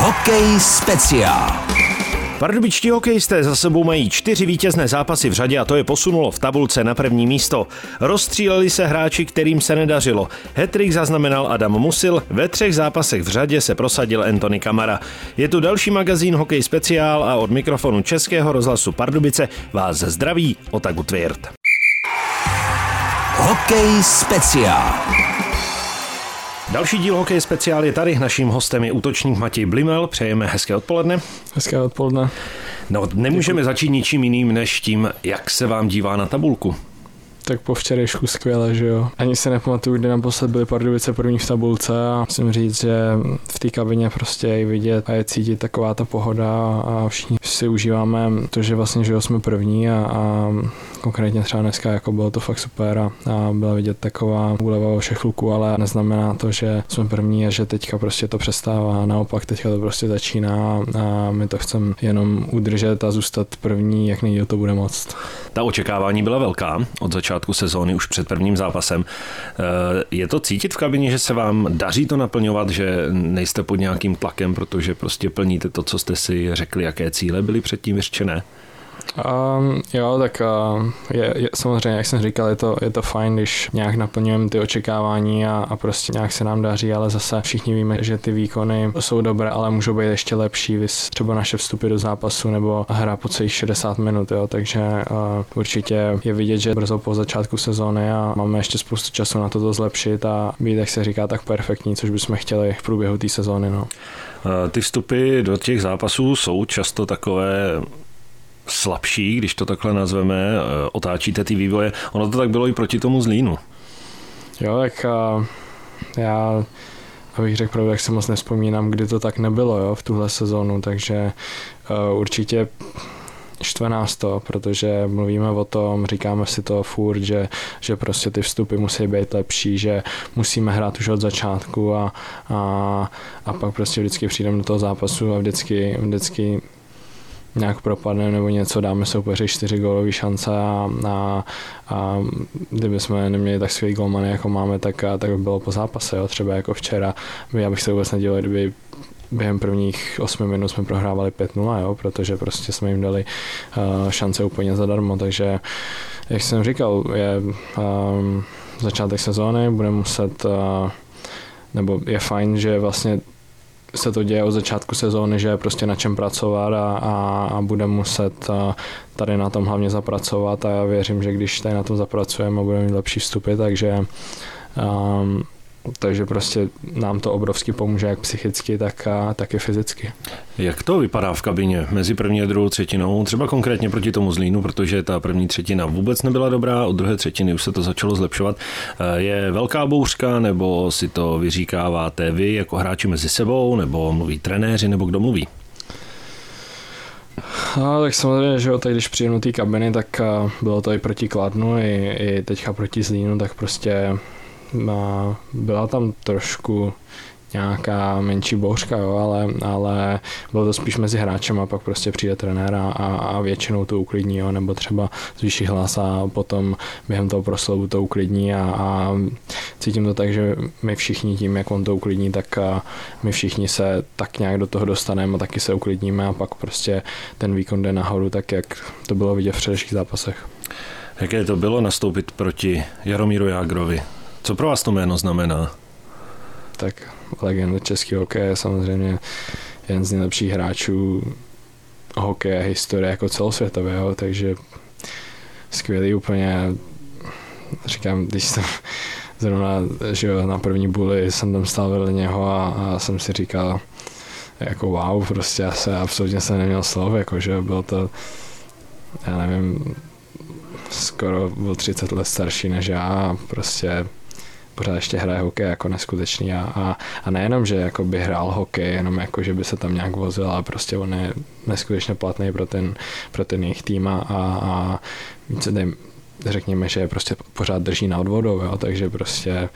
Hokej speciál. Pardubičtí hokejisté za sebou mají 4 vítězné zápasy v řadě a to je posunulo v tabulce na první místo. Rozstříleli se hráči, kterým se nedařilo. Hat-trick zaznamenal Adam Musil, ve 3 zápasech v řadě se prosadil Anthony Kamara. Je tu další magazín Hokej speciál a od mikrofonu Českého rozhlasu Pardubice vás zdraví Ota Gutwirth. Hokej speciál. Další díl Hokej speciál je tady. Naším hostem je útočník Matěj Blimel. Přejeme hezké odpoledne. Hezké odpoledne. No, nemůžeme začít ničím jiným než tím, jak se vám dívá na tabulku. Tak po včerejšku skvěle, že jo. Ani se nepamatuju, kdy naposled byly Pardubice první v tabulce a musím říct, že v té kabině prostě je vidět a je cítit taková ta pohoda a všichni si užíváme to, že vlastně, že jo, jsme první a konkrétně třeba dneska jako bylo to fakt super a byla vidět taková úleva o všech luků, ale neznamená to, že jsme první a že teďka prostě to přestává. Naopak teďka to prostě začíná a my to chceme jenom udržet a zůstat první, jak nejdýl to bude moct. Ta očekávání byla velká od začátku sezóny už před prvním zápasem. Je to cítit v kabině, že se vám daří to naplňovat, že nejste pod nějakým tlakem, protože prostě plníte to, co jste si řekli, jaké cíle byly předtím vyřčené? Jo, tak je samozřejmě, jak jsem říkal, je to fajn, když nějak naplňujeme ty očekávání a prostě nějak se nám daří, ale zase všichni víme, že ty výkony jsou dobré, ale můžou být ještě lepší, třeba naše vstupy do zápasu nebo hra po celých 60 minut, jo, takže určitě je vidět, že brzo po začátku sezóny a máme ještě spoustu času na to zlepšit a být, jak se říká, tak perfektní, což bychom chtěli v průběhu té sezóny. No. Ty vstupy do těch zápasů jsou často takové slabší, když to takhle nazveme, otáčíte ty vývoje. Ono to tak bylo i proti tomu Zlínu. Jo, tak já, abych řekl pravdu, tak se moc nevzpomínám, kdy to tak nebylo, jo, v tuhle sezónu, takže určitě štve nás to, protože mluvíme o tom, říkáme si to furt, že prostě ty vstupy musí být lepší, že musíme hrát už od začátku a pak prostě vždycky přijdeme do toho zápasu a vždycky nějak propadne nebo něco, dáme soupeři 4 gólové šance a kdyby jsme neměli tak skvělý golmany, jako máme, tak by bylo po zápase, jo, třeba jako včera. Já bych se vůbec nedělal, kdyby během prvních 8 minut jsme prohrávali 5-0, jo, protože prostě jsme jim dali šance úplně zadarmo, takže jak jsem říkal, je začátek sezóny, budeme muset, nebo je fajn, že vlastně se to děje od začátku sezóny, že je prostě na čem pracovat a budeme muset tady na tom hlavně zapracovat a já věřím, že když tady na tom zapracujeme a budeme mít lepší vstupy, takže prostě nám to obrovsky pomůže jak psychicky, tak i fyzicky. Jak to vypadá v kabině mezi první a druhou třetinou, třeba konkrétně proti tomu Zlínu, protože ta první třetina vůbec nebyla dobrá, od druhé třetiny už se to začalo zlepšovat. Je velká bouřka, nebo si to vyříkáváte vy jako hráči mezi sebou, nebo mluví trenéři, nebo kdo mluví? No, tak samozřejmě, že jo, tak když přijdu do té kabiny, tak bylo to i proti Kladnu, i teďka proti Zlínu, tak prostě byla tam trošku nějaká menší bouřka, jo, ale bylo to spíš mezi hráčem a pak prostě přijde trenér a většinou to uklidní, jo, nebo třeba zvýší hlas a potom během toho proslovu to uklidní a cítím to tak, že my všichni tím, jak on to uklidní, tak my všichni se tak nějak do toho dostaneme a taky se uklidníme a pak prostě ten výkon jde nahoru, tak jak to bylo vidět v předešlých zápasech. Jaké to bylo nastoupit proti Jaromíru Jágrovi? Co pro vás to jméno znamená? Tak legenda českého hokeje je samozřejmě jeden z nejlepších hráčů hokeje historie jako celosvětového, takže skvělý úplně. Říkám, když jsem zrovna, že na první buli jsem tam stál vedle něho a jsem si říkal jako wow, prostě absolutně jsem neměl slov, jakože byl to, já nevím, skoro byl 30 let starší než já a prostě pořád ještě hraje hokej jako neskutečný a nejenom, že jako by hrál hokej, jenom jako, že by se tam nějak vozil, ale prostě on je neskutečně platný pro ten jejich tým a řekněme, že je prostě pořád drží na odvodu, jo, takže prostě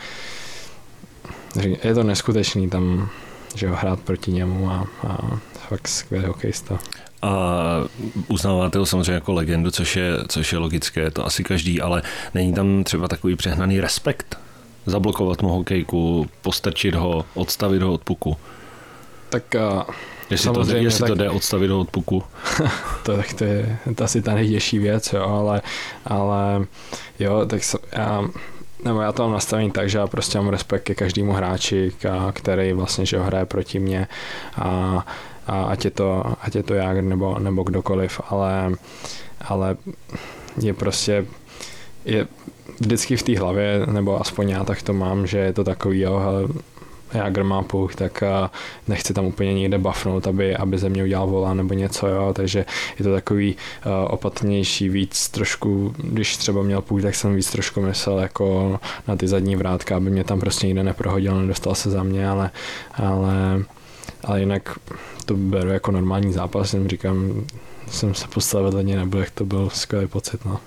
je to neskutečný tam, že ho hrát proti němu a fakt skvělý hokejista. A uznáváte ho samozřejmě jako legendu, což je logické, to asi každý, ale není tam třeba takový přehnaný respekt? Zablokovat mu hokejku, postrčit ho, odstavit ho od puku? Tak jestli to jde odstavit od puku. To je asi ta nejtěžší věc, jo, ale jo, tak já to mám nastavení tak, že já prostě mám respekt ke každému hráči, který vlastně, že ho hraje proti mně a ať je to já nebo kdokoliv, ale je prostě vždycky v té hlavě, nebo aspoň já tak to mám, že je to takový, jo, hele, Jágr má puk, tak nechci tam úplně někde buffnout, aby ze mě udělal vola nebo něco, jo, takže je to takový opatrnější, víc trošku, když třeba měl puk, tak jsem víc trošku myslel jako na ty zadní vrátka, aby mě tam prostě nikde neprohodil, nedostal se za mě, ale jinak to beru jako normální zápas, jen říkám, jsem se postavil vedle něj, nebo jak to byl skvělý pocit, no.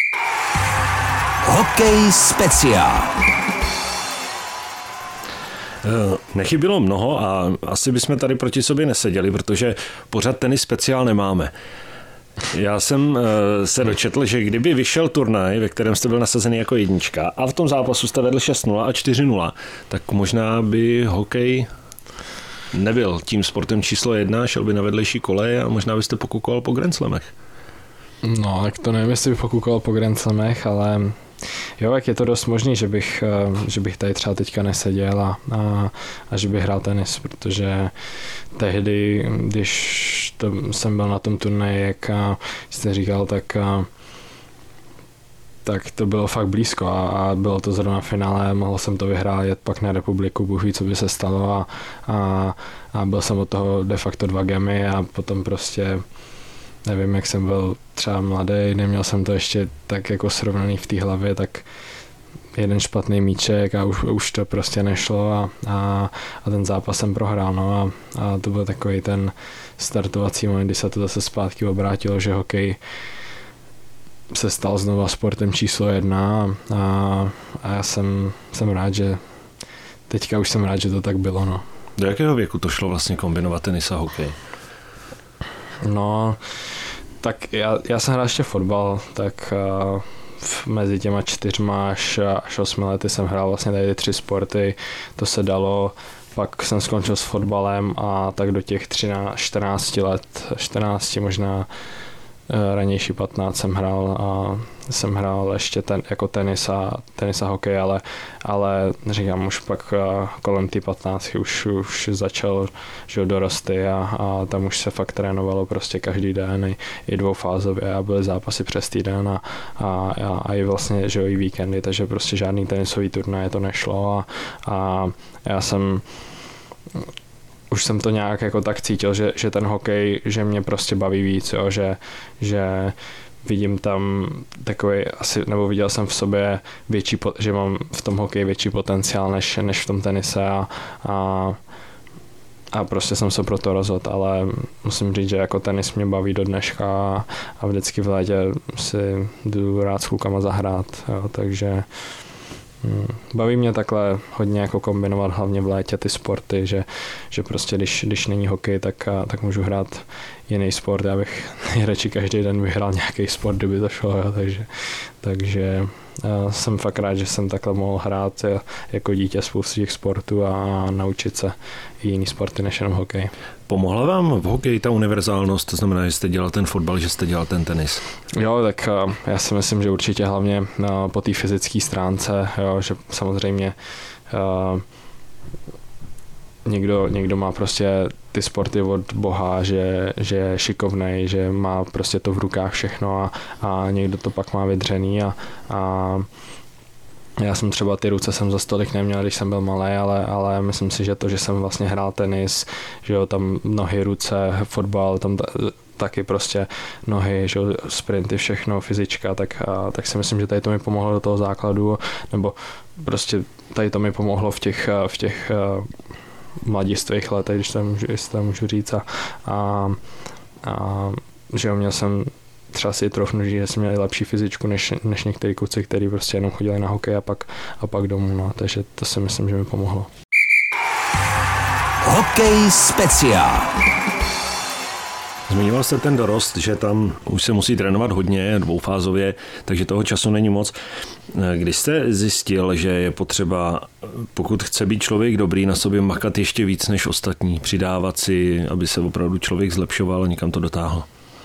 Hokej speciál. Nechybilo mnoho a asi bychom tady proti sobě neseděli, protože pořád tenis speciál nemáme. Já jsem se dočetl, že kdyby vyšel turnaj, ve kterém jste byl nasazený jako jednička a v tom zápasu jste vedl 6-0 a 4-0, tak možná by hokej nebyl tím sportem číslo 1, šel by na vedlejší koleje a možná byste pokukoval po Grand Slamech. No, tak to nevím, jestli bych pokukoval po Grand Slamech, ale jo, jak je to dost možný, že bych tady třeba teďka neseděl a že bych hrál tenis, protože tehdy, když jsem byl na tom turnaji, jak jste říkal, tak to bylo fakt blízko a bylo to zrovna finále, mohl jsem to vyhrát, jet pak na republiku, Bůh ví, co by se stalo a byl jsem od toho de facto 2 gamy a potom prostě nevím, jak jsem byl třeba mladý, neměl jsem to ještě tak jako srovnaný v té hlavě, tak jeden špatný míček a už to prostě nešlo a ten zápas jsem prohrál, no a to byl takový ten startovací moment, kdy se to zase zpátky obrátilo, že hokej se stal znova sportem číslo 1 a já jsem rád, že teďka už jsem rád, že to tak bylo, no. Do jakého věku to šlo vlastně kombinovat tenis a hokej? No, tak já jsem hrál ještě fotbal, tak mezi těma 4 až 8 lety jsem hrál vlastně tady 3 sporty, to se dalo, pak jsem skončil s fotbalem a tak do těch 14 let, 14 možná ranější 15 jsem hrál ještě jako tenis a hokej, ale říkám, už pak kolem ty 15 už začal, že dorosty a tam už se fakt trénovalo prostě každý den i dvoufázově a byly zápasy přes týden a i vlastně, že i víkendy, takže prostě žádný tenisový turnaj to nešlo a já už jsem to nějak jako tak cítil, že ten hokej, že mě prostě baví víc, jo, že vidím tam takový, nebo viděl jsem v sobě že mám v tom hokeji větší potenciál než v tom tenise a prostě jsem se pro to rozhodl, ale musím říct, že jako tenis mě baví do dneška a vždycky v létě si jdu rád s klukama zahrát, jo, takže baví mě takhle hodně jako kombinovat hlavně v létě ty sporty, že prostě když není hokej, tak můžu hrát jiný sport. Já bych nejradši každý den vyhrál nějaký sport, kdyby to šlo, jo, takže jsem fakt rád, že jsem takhle mohl hrát jako dítě spoustu těch sportů a naučit se i jiný sporty než jenom hokej. Pomohla vám v hokeji ta univerzálnost, to znamená, že jste dělal ten fotbal, že jste dělal ten tenis? Jo, tak já si myslím, že určitě hlavně po té fyzické stránce, jo, že samozřejmě někdo má prostě ty sporty od Boha, že je šikovnej, že má prostě to v rukách všechno a někdo to pak má vydřený a já jsem třeba ty ruce jsem za stolik neměl, když jsem byl malý, ale myslím si, že to, že jsem vlastně hrál tenis, že jo, tam nohy, ruce, fotbal, tam taky prostě nohy, že jo, sprinty, všechno, fyzička, tak si myslím, že tady to mi pomohlo do toho základu, nebo prostě tady to mi pomohlo v těch mladistvých letech, když to můžu říct a že jo, měl jsem třeba si trofnu, že jsem měl lepší fyzičku než některý kluci, kteří prostě jenom chodili na hokej a pak domů, no, takže to si myslím, že mi pomohlo. Hokej speciál. Zmiňoval jste ten dorost, že tam už se musí trénovat hodně, dvoufázově, takže toho času není moc. Když jste zjistil, že je potřeba, pokud chce být člověk dobrý, na sobě makat ještě víc než ostatní, přidávat si, aby se opravdu člověk zlepšoval a někam to dotáhl?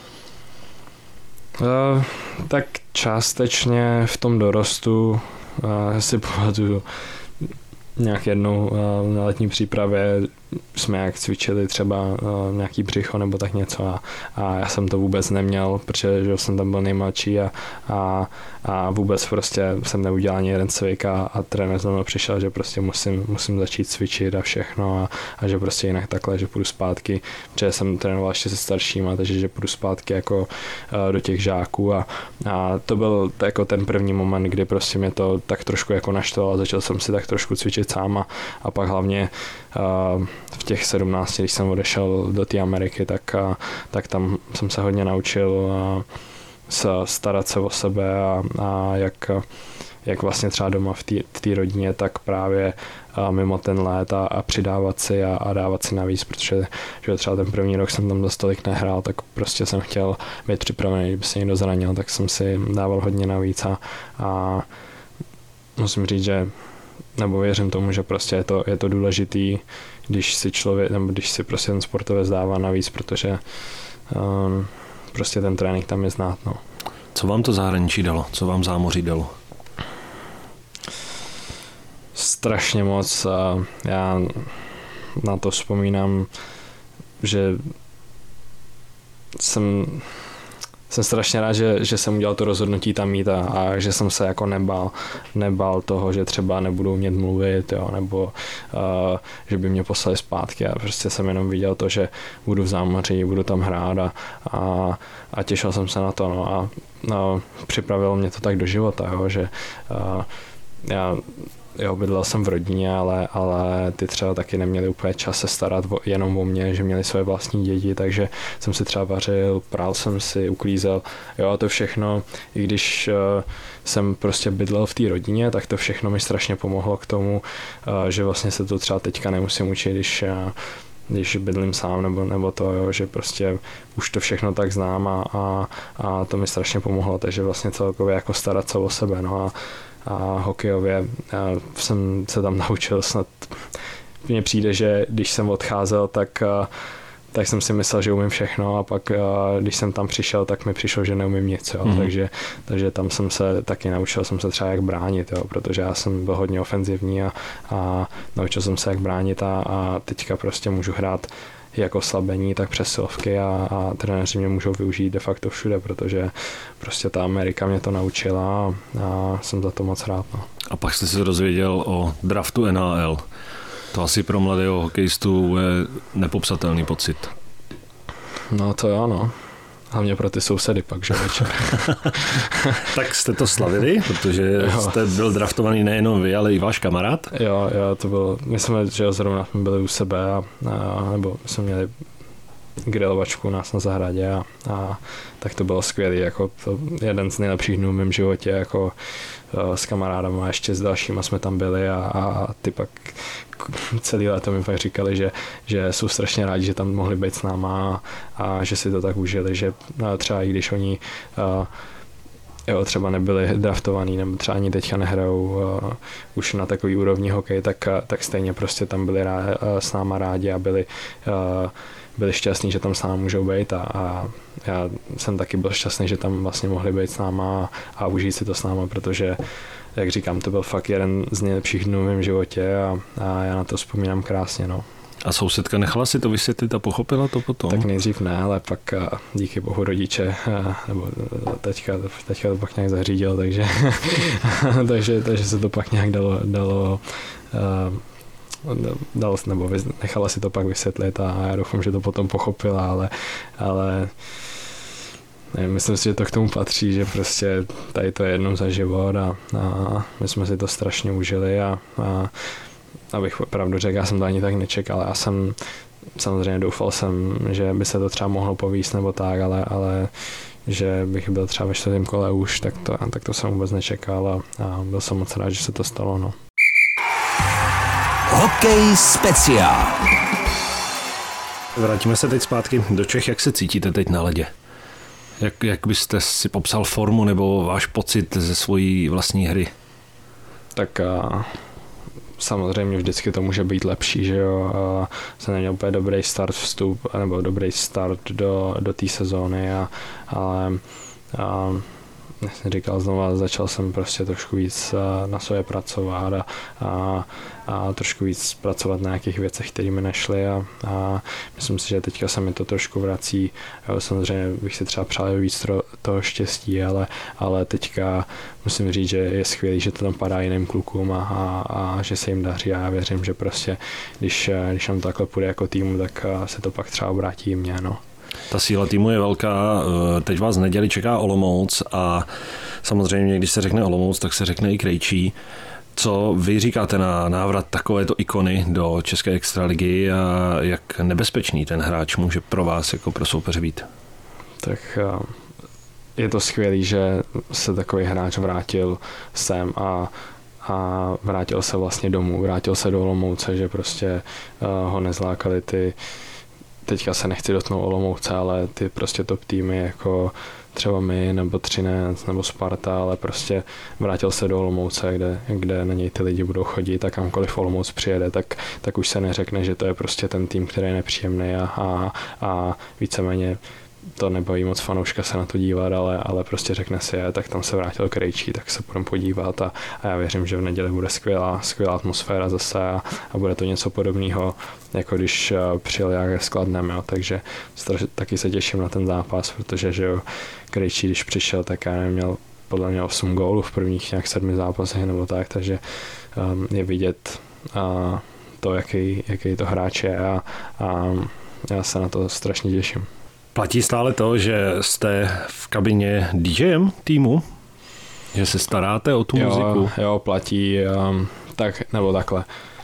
Tak částečně v tom dorostu si pamatuju nějak jednou na letní přípravě jsme jak cvičili třeba nějaký břicho nebo tak něco a já jsem to vůbec neměl, protože že jsem tam byl nejmladší a vůbec prostě jsem neudělal ani jeden cvik a trenér za mnou přišel, že prostě musím začít cvičit a všechno a že prostě jinak takhle, že půjdu zpátky, protože jsem trénoval ještě se staršíma, takže že půjdu zpátky jako do těch žáků a to byl jako ten první moment, kdy prostě mě to tak trošku jako naštvalo a začal jsem si tak trošku cvičit sám a pak hlavně v těch 17, když jsem odešel do té Ameriky, tak tam jsem se hodně naučil starat se o sebe a jak vlastně třeba doma v té rodině, tak právě mimo ten let a přidávat si a dávat si navíc, protože že třeba ten první rok jsem tam dost tolik nehrál, tak prostě jsem chtěl být připravený, kdyby se někdo zranil, tak jsem si dával hodně navíc a musím říct, že nebo věřím tomu, že prostě je to důležitý, když si člověk, nebo když si prostě ten sportovec dává navíc, protože prostě ten trénink tam je znát. No. Co vám to zahraničí dalo? Co vám zámoří dalo? Strašně moc. Já na to vzpomínám, že jsem strašně rád, že jsem udělal to rozhodnutí tam jít a že jsem se jako nebál toho, že třeba nebudu umět mluvit, jo, nebo že by mě poslali zpátky a prostě jsem jenom viděl to, že budu v zámoří, budu tam hrát a těšil jsem se na to, no a připravilo mě to tak do života, jo, že já bydlel jsem v rodině, ale ty třeba taky neměli úplně čas se starat jenom o mě, že měli své vlastní děti, takže jsem si třeba vařil, prál jsem si, uklízel, jo a to všechno, i když jsem prostě bydlel v té rodině, tak to všechno mi strašně pomohlo k tomu, že vlastně se to třeba teďka nemusím učit, když bydlím sám nebo to, jo, že prostě už to všechno tak znám a to mi strašně pomohlo, takže vlastně celkově jako starat se o sebe, no a hokejově jsem se tam naučil snad. Mně přijde, že když jsem odcházel, tak jsem si myslel, že umím všechno a pak když jsem tam přišel, tak mi přišlo, že neumím nic. Jo. Takže tam jsem se taky naučil jsem se třeba jak bránit, jo, protože já jsem byl hodně ofenzivní a naučil jsem se jak bránit a teďka prostě můžu hrát jak oslabení, tak přesilovky a trenéři mě můžou využít de facto všude, protože prostě ta Amerika mě to naučila a jsem za to moc rád. No. A pak jste se dozvěděl o draftu NHL. To asi pro mladého hokejistu je nepopsatelný pocit. No to jo, no. Hlavně pro ty sousedy pak, že večer. Tak jste to slavili, protože jste byl draftovaný nejenom vy, ale i váš kamarád? Jo, to bylo, my jsme, že zrovna jsme byli u sebe nebo jsme měli grilovačku u nás na zahradě a tak to bylo skvělý, jako to jeden z nejlepších dnů v mém životě, jako s kamarádama a ještě s dalšíma jsme tam byli a ty pak celý léto mi pak říkali, že jsou strašně rádi, že tam mohli být s náma a že si to tak užili, že třeba i když oni třeba nebyli draftovaný, nebo třeba ani teďka nehrajou už na takový úrovni hokej, tak stejně prostě tam byli s náma rádi a byli šťastní, že tam s náma můžou být a já jsem taky byl šťastný, že tam vlastně mohli být s náma a užít si to s náma, protože jak říkám, to byl fakt jeden z nejlepších dnů v mém životě a já na to vzpomínám krásně. No. A sousedka nechala si to vysvětlit a pochopila to potom? Tak nejdřív ne, ale pak díky bohu rodiče, nebo teďka to pak nějak zařídil, takže se to pak nějak dalo nebo nechala si to pak vysvětlit a já doufám, že to potom pochopila, ale nevím, myslím si, že to k tomu patří, že prostě tady to je jednou za život a my jsme si to strašně užili a abych opravdu řekl, já jsem to ani tak nečekal, já jsem samozřejmě doufal jsem, že by se to třeba mohlo povíst nebo tak, ale že bych byl třeba ve 4. kole už, tak to jsem vůbec nečekal a byl jsem moc rád, že se to stalo. No. Hokej speciál. Vrátíme se teď zpátky do Čech. Jak se cítíte teď na ledě? Jak byste si popsal formu nebo váš pocit ze svojí vlastní hry? Tak samozřejmě vždycky to může být lepší, že jo. Jsem neměl úplně dobrý vstup, nebo dobrý start do té sezóny, ale jak jsem říkal znova, začal jsem prostě trošku víc na sobě pracovat a trošku víc pracovat na nějakých věcech, které mi nešly a myslím si, že teďka se mi to trošku vrací. Samozřejmě bych si třeba přál víc toho štěstí, ale teďka musím říct, že je skvělý, že to tam padá jiným klukům a že se jim daří a já věřím, že prostě, když nám to takhle půjde jako týmu, tak se to pak třeba obrátí i mně, no. Ta síla týmu je velká, teď vás v neděli čeká Olomouc a samozřejmě, když se řekne Olomouc, tak se řekne i Krejčí. Co vy říkáte na návrat takovéto ikony do české extraligy a jak nebezpečný ten hráč může pro vás jako pro soupeře být? Tak je to skvělý, že se takový hráč vrátil sem a vrátil se vlastně domů, vrátil se do Olomouce, že prostě ho nezlákali teďka se nechci dotknout Olomouce, ale ty prostě top týmy jako třeba my, nebo Třinec, nebo Sparta, ale prostě vrátil se do Olomouce, kde na něj ty lidi budou chodit a kamkoliv Olomouc přijede, tak už se neřekne, že to je prostě ten tým, který je nepříjemný a víceméně to nebojí moc fanouška se na to dívat, ale prostě řekne si, tak tam se vrátil Krejčí, tak se budeme podívat a já věřím, že v neděli bude skvělá atmosféra zase a bude to něco podobného, jako když přijel jak s Kladnem, jo. Takže taky se těším na ten zápas, protože že jo, Krejčí, když přišel, tak já měl podle mě 8 gólů v prvních nějak 7 zápasech nebo tak, takže je vidět to, jaký to hráč je a já se na to strašně těším. Platí stále to, že jste v kabině DJem týmu? Že se staráte o tu muziku? Jo, platí, tak, nebo takhle.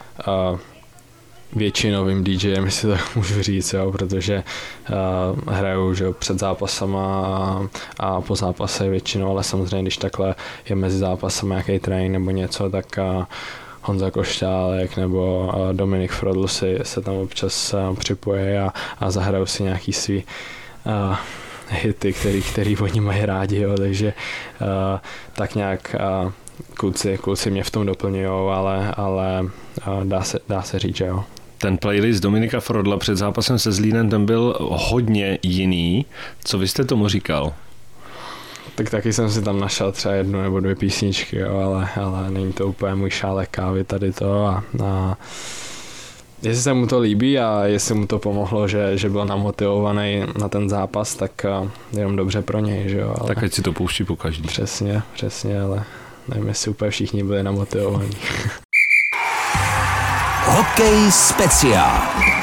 Většinovým DJem, jestli tak můžu říct, jo, protože hraju že před zápasama a po zápase většinou, ale samozřejmě, když takhle je mezi zápasem nějaký trénink nebo něco, tak Honza Košťálek nebo Dominik Frodl se tam občas připojí a zahrajou si nějaký svý hity, který oni mají rádi, jo, takže tak nějak kluci mě v tom doplňujou, ale dá se říct, že jo. Ten playlist Dominika Frodla před zápasem se Zlínem, ten byl hodně jiný. Co vy jste tomu říkal? Tak taky jsem si tam našel třeba 1 nebo 2 písničky, jo, ale není to úplně můj šálek kávy tady to a jestli se mu to líbí a jestli mu to pomohlo, že byl namotivovaný na ten zápas, tak jenom dobře pro něj, že jo. Ale tak ať si to pouští po každý. Přesně, ale nevím, jestli úplně všichni byli namotivovaní. Hokej speciál.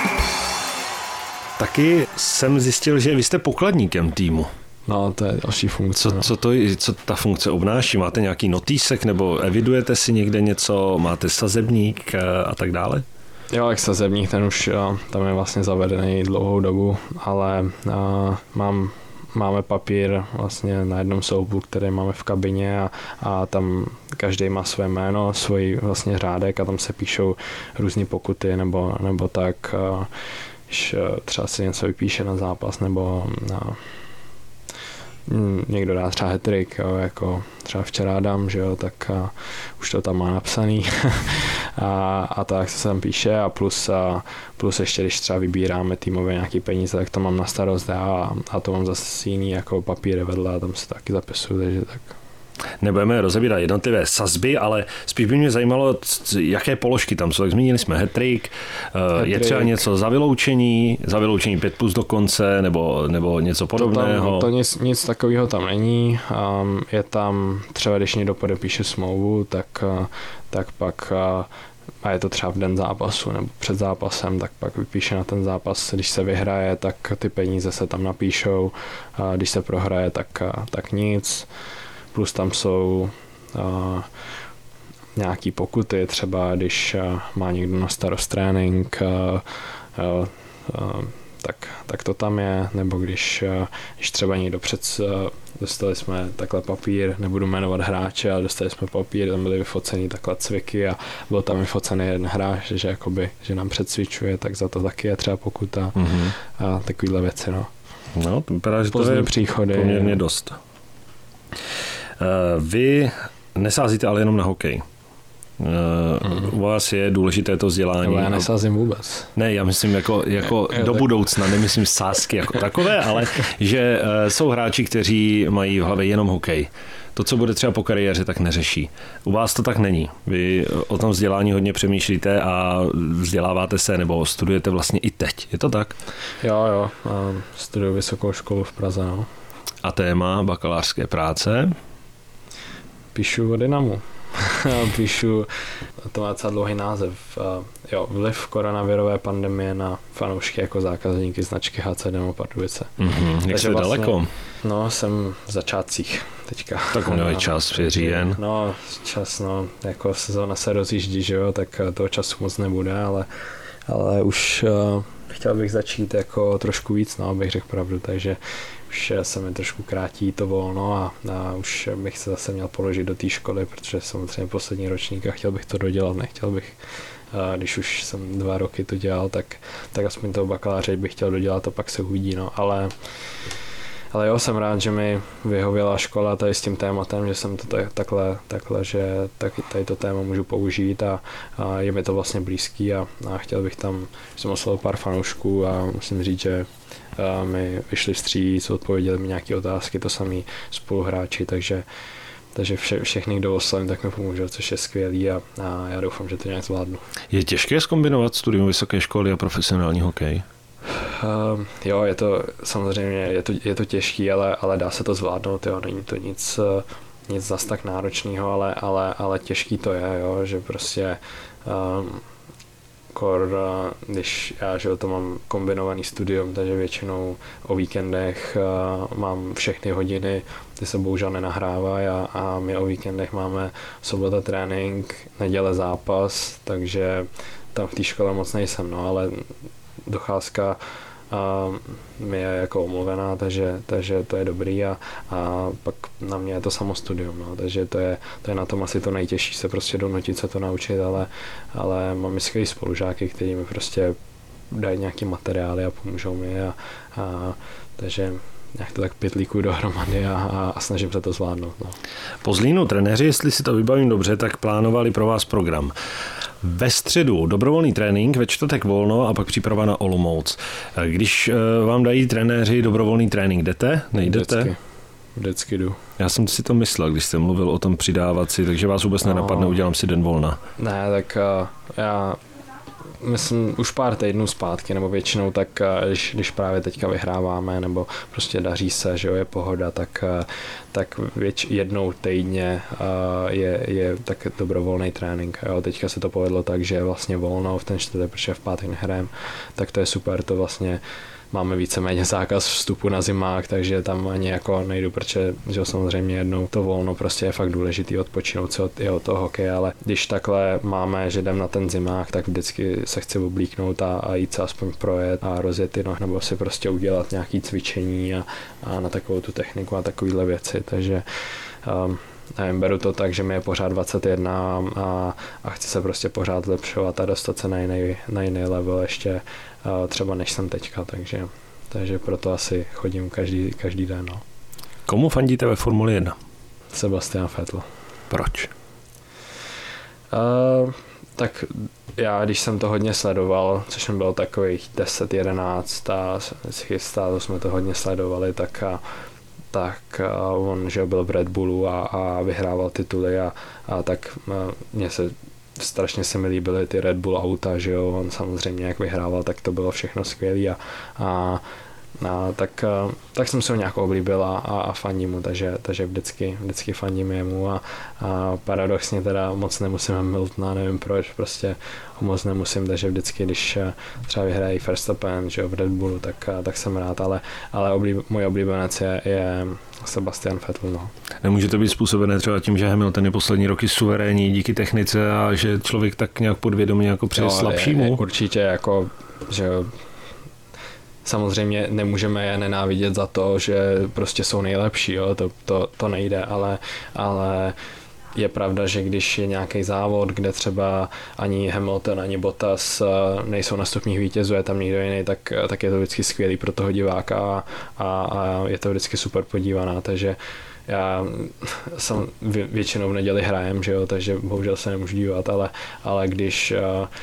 Taky jsem zjistil, že vy jste pokladníkem týmu. No, to je další funkce. Co ta funkce obnáší? Máte nějaký notýsek nebo evidujete si někde něco? Máte sazebník a tak dále? Jo, jak sazebník, ten už tam je vlastně zavedený dlouhou dobu, ale máme papír vlastně na jednom soubu, který máme v kabině a tam každý má své jméno, svůj vlastně řádek a tam se píšou různé pokuty nebo tak, když třeba si něco vypíše na zápas nebo někdo dá třeba hat-trick, jo, jako třeba včera Adam, že jo, tak už to tam má napsaný a tak se tam píše a plus ještě, když třeba vybíráme týmově nějaký peníze, tak to mám na starost a to mám zase jiný jako papíry vedle a tam se taky zapisuju, takže tak. Nebudeme rozebírat jednotlivé sazby, ale spíš by mě zajímalo, jaké položky tam jsou. Tak zmínili jsme hat-trick, je třeba něco za vyloučení 5+ do konce, nebo něco podobného? To nic takového tam není. Je tam třeba, když někdo podepíše smlouvu, tak pak a je to třeba v den zápasu nebo před zápasem, tak pak vypíše na ten zápas. Když se vyhraje, tak ty peníze se tam napíšou, a když se prohraje, tak nic. Plus tam jsou nějaký pokuty, třeba když má někdo na starost trénink, tak to tam je, nebo když třeba někdo dostali jsme takhle papír, nebudu jmenovat hráče, ale dostali jsme papír, tam byly vyfocený takhle cviky a byl tam vyfocený jeden hráč, že nám předcvičuje, tak za to taky je třeba pokuta a takovýhle věci, no. No, to vypadá, že pozdní to je příchody, poměrně dost. Vy nesázíte ale jenom na hokej. U vás je důležité to vzdělání. Já nesázím vůbec. Ne, já myslím jako do budoucna, nemyslím sázky jako takové, ale že jsou hráči, kteří mají v hlavě jenom hokej. To, co bude třeba po kariéře, tak neřeší. U vás to tak není. Vy o tom vzdělání hodně přemýšlíte a vzděláváte se nebo studujete vlastně i teď. Je to tak? Jo. Studuju vysokou školu v Praze, no. A téma bakalářské práce? Píšu o Dynamu. Píšu, to má docela dlouhý název, vliv koronavirové pandemie na fanoušky jako zákazníky značky HC Dynamo Pardubice. Jak jste vlastně daleko? No, jsem v začátcích teďka. Tak on je čas, je říjen. No, jako sezóna se rozjíždí, že jo, tak toho času moc nebude, ale už chtěl bych začít jako trošku víc, no, abych řekl pravdu, takže už se mi trošku krátí to volno a už bych se zase měl položit do té školy, protože samozřejmě poslední ročník a chtěl bych to dodělat, nechtěl bych, když už jsem 2 roky to dělal, tak aspoň toho bakaláře bych chtěl dodělat a pak se uvidí, no, ale jo, jsem rád, že mi vyhověla škola tady s tím tématem, že jsem to takhle, že tady to téma můžu použít a je mi to vlastně blízký a chtěl bych tam, jsem oslovil pár fanoušků a musím říct, že mi vyšli vstříc, odpověděli mi nějaké otázky, to samý spoluhráči, takže všechny, kdo oslovím, tak mi pomůžou, což je skvělý a já doufám, že to nějak zvládnu. Je těžké zkombinovat studium vysoké školy a profesionální hokej? Jo, je to samozřejmě, je to těžký, ale dá se to zvládnout, jo, není to nic zas tak náročného, ale těžký to je, jo, že prostě když já že to mám kombinovaný studium, takže většinou o víkendech mám všechny hodiny, ty se bohužel nenahrávají a my o víkendech máme sobota trénink, neděle zápas, takže tam v té škole moc nejsem, no, ale docházka mi je jako omluvená, takže to je dobrý a pak na mě je to samostudium, no, takže to je na tom asi to nejtěžší, se prostě donutit se to naučit, ale mám skvělý spolužáky, kteří mi prostě dají nějaké materiály a pomůžou mi a takže nějak to tak pytlíkuju dohromady a snažím se to zvládnout. No. Po Zlínu trenéři, jestli si to vybavím dobře, tak plánovali pro vás program. Ve středu dobrovolný trénink, ve čtvrtek volno a pak příprava na Olomouc. Když vám dají trenéři dobrovolný trénink, jdete? Nejdete? Vždycky jdu. Já jsem si to myslel, když jste mluvil o tom přidávat si, takže vás vůbec nenapadne, udělám si den volna. Ne, tak já myslím už pár týdnů zpátky, nebo většinou tak, když právě teďka vyhráváme, nebo prostě daří se, že jo, je pohoda, tak jednou týdně je tak dobrovolný trénink. Jo. Teďka se to povedlo tak, že je vlastně volno v ten čtvrtek, protože v pátek nehrajeme, tak to je super, to vlastně máme víceméně zákaz vstupu na zimák, takže tam ani jako nejdu, protože že samozřejmě jednou to volno prostě je fakt důležitý odpočinout se od toho hokeje, ale když takhle máme, že jdem na ten zimák, tak vždycky se chci oblíknout a jít se aspoň projet a rozjet ty nohy, nebo si prostě udělat nějaké cvičení a na takovou tu techniku a takovéhle věci, takže nevím, beru to tak, že mi je pořád 21 a chci se prostě pořád zlepšovat a dostat se na jiný level ještě třeba než jsem teďka, takže proto asi chodím každý den. No. Komu fandíte ve Formuli 1? Sebastian Vettel. Proč? Tak já, když jsem to hodně sledoval, což jsem byl takových 10-11 a to jsme to hodně sledovali, tak on, že byl v Red Bullu a vyhrával tituly a tak strašně se mi líbily ty Red Bull auta, že jo, on samozřejmě jak vyhrával, tak to bylo všechno skvělý tak jsem se ho nějak oblíbil a fandím mu, takže vždycky fandím jemu a paradoxně teda moc nemusím Hamiltona, nevím proč, prostě ho moc nemusím, takže vždycky, když třeba vyhrají Verstappen, že jo, v Red Bullu, tak jsem rád, ale můj oblíbenec je Sebastian Vettel, no. Nemůže to být způsobené třeba tím, že Hamilton je poslední roky suverénní díky technice a že člověk tak nějak podvědomě jako přeje slabšímu? Určitě jako, že samozřejmě nemůžeme je nenávidět za to, že prostě jsou nejlepší, jo? To nejde, ale je pravda, že když je nějaký závod, kde třeba ani Hamilton, ani Bottas nejsou na stupních vítězů, je tam nikdo jiný, tak je to vždycky skvělý pro toho diváka a je to vždycky super podívaná, takže já jsem většinou v neděli hrajem, že jo, takže bohužel se nemůžu dívat, ale když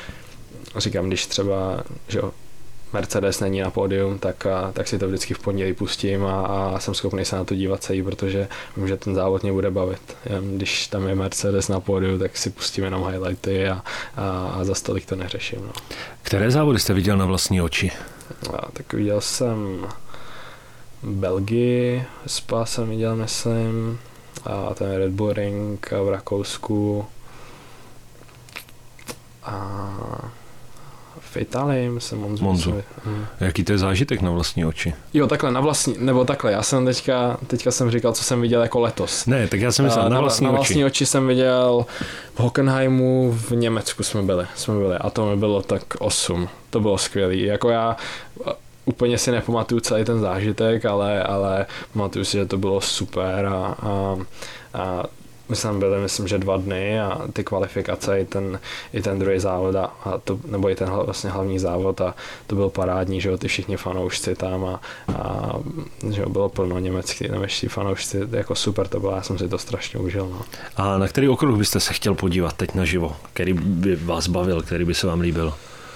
třeba, že jo, Mercedes není na pódium, tak si to vždycky v pondělí pustím a jsem schopný se na to dívat celý, protože vím, že ten závod mě bude bavit. Když tam je Mercedes na pódiu, tak si pustím jenom highlighty a za stolik to neřeším. No. Které závody jste viděl na vlastní oči? Tak viděl jsem Belgii, Spa jsem viděl, myslím, a ten Red Bull Ring v Rakousku a v Itálii jsem Monzu. Jaký to je zážitek na vlastní oči? Jo, takhle, na vlastní, nebo takhle, já jsem teďka jsem říkal, co jsem viděl jako letos. Ne, tak já jsem myslel na vlastní oči. Na vlastní oči jsem viděl v Hockenheimu, v Německu jsme byli a to mi bylo tak 8. To bylo skvělý, jako já úplně si nepamatuju celý ten zážitek, ale pamatuju si, že to bylo super a my jsme byli, myslím, že 2 dny a ty kvalifikace i ten druhý závod nebo i ten vlastně hlavní závod a to byl parádní, že jo, ty všichni fanoušci tam a že jo, bylo plno němečtí fanoušci, jako super to bylo, já jsem si to strašně užil. No. A na který okruh byste se chtěl podívat teď naživo? Který by vás bavil, který by se vám líbil?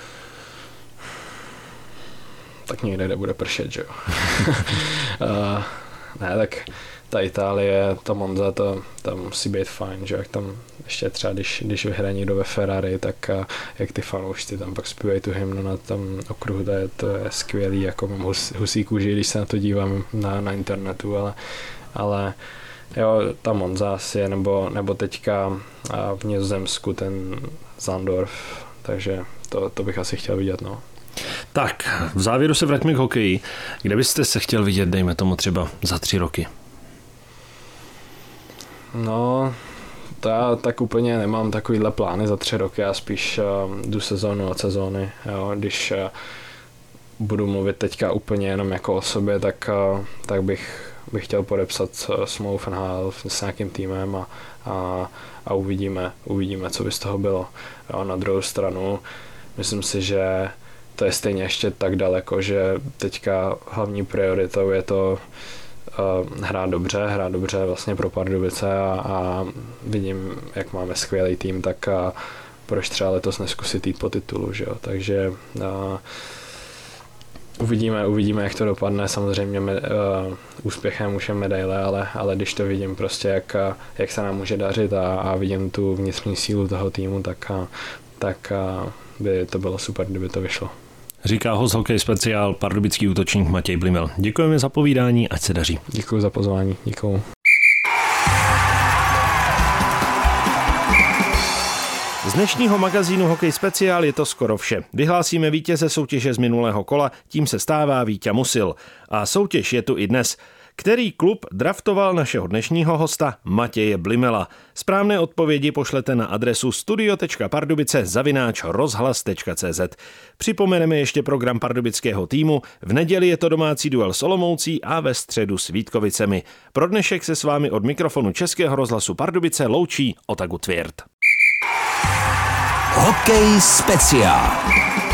Tak někde, kde bude pršet, že jo. Ne, tak ta Itálie, ta Monza, to musí být fajn, že jak tam ještě třeba, když vyhraje někdo ve Ferrari, tak jak ty fanoušci tam pak zpívají tu hymnu na tom okruhu, to je skvělý, jako mám husí kůži, když se na to dívám na internetu, ale jo, ta Monza asi je, nebo teďka v Nizozemsku ten Zandorf, takže to bych asi chtěl vidět, no. Tak, v závěru se vraťme k hokeji. Kde byste se chtěl vidět, dejme tomu třeba za 3 roky? No, to já tak úplně nemám takovýhle plány za 3 roky, já spíš jdu sezónu od sezóny. Jo. Když budu mluvit teďka úplně jenom jako o sobě, tak bych chtěl podepsat smlouvu v NHL s nějakým týmem a uvidíme, co by z toho bylo. Jo. Na druhou stranu, myslím si, že to je stejně ještě tak daleko, že teďka hlavní prioritou je to hrát dobře vlastně pro Pardubice a vidím, jak máme skvělý tým, tak proč třeba letos neskusit jít po titulu, že jo, takže uvidíme, jak to dopadne, samozřejmě úspěchem už je medaile, ale když to vidím prostě, jak se nám může dařit a vidím tu vnitřní sílu toho týmu, tak by to bylo super, kdyby to vyšlo. Říká host Hokej speciál pardubický útočník Matěj Blimel. Děkujeme za povídání, ať se daří. Děkuji za pozvání, děkuji. Z dnešního magazínu Hokej speciál je to skoro vše. Vyhlásíme vítěze soutěže z minulého kola, tím se stává Víťa Musil. A soutěž je tu i dnes. Který klub draftoval našeho dnešního hosta Matěje Blimela? Správné odpovědi pošlete na adresu studio.pardubice@rozhlas.cz. Připomeneme ještě program pardubického týmu. V neděli je to domácí duel s Olomoucí a ve středu s Vítkovicemi. Pro dnešek se s vámi od mikrofonu Českého rozhlasu Pardubice loučí Otagu Tvěrt. Hokej speciál.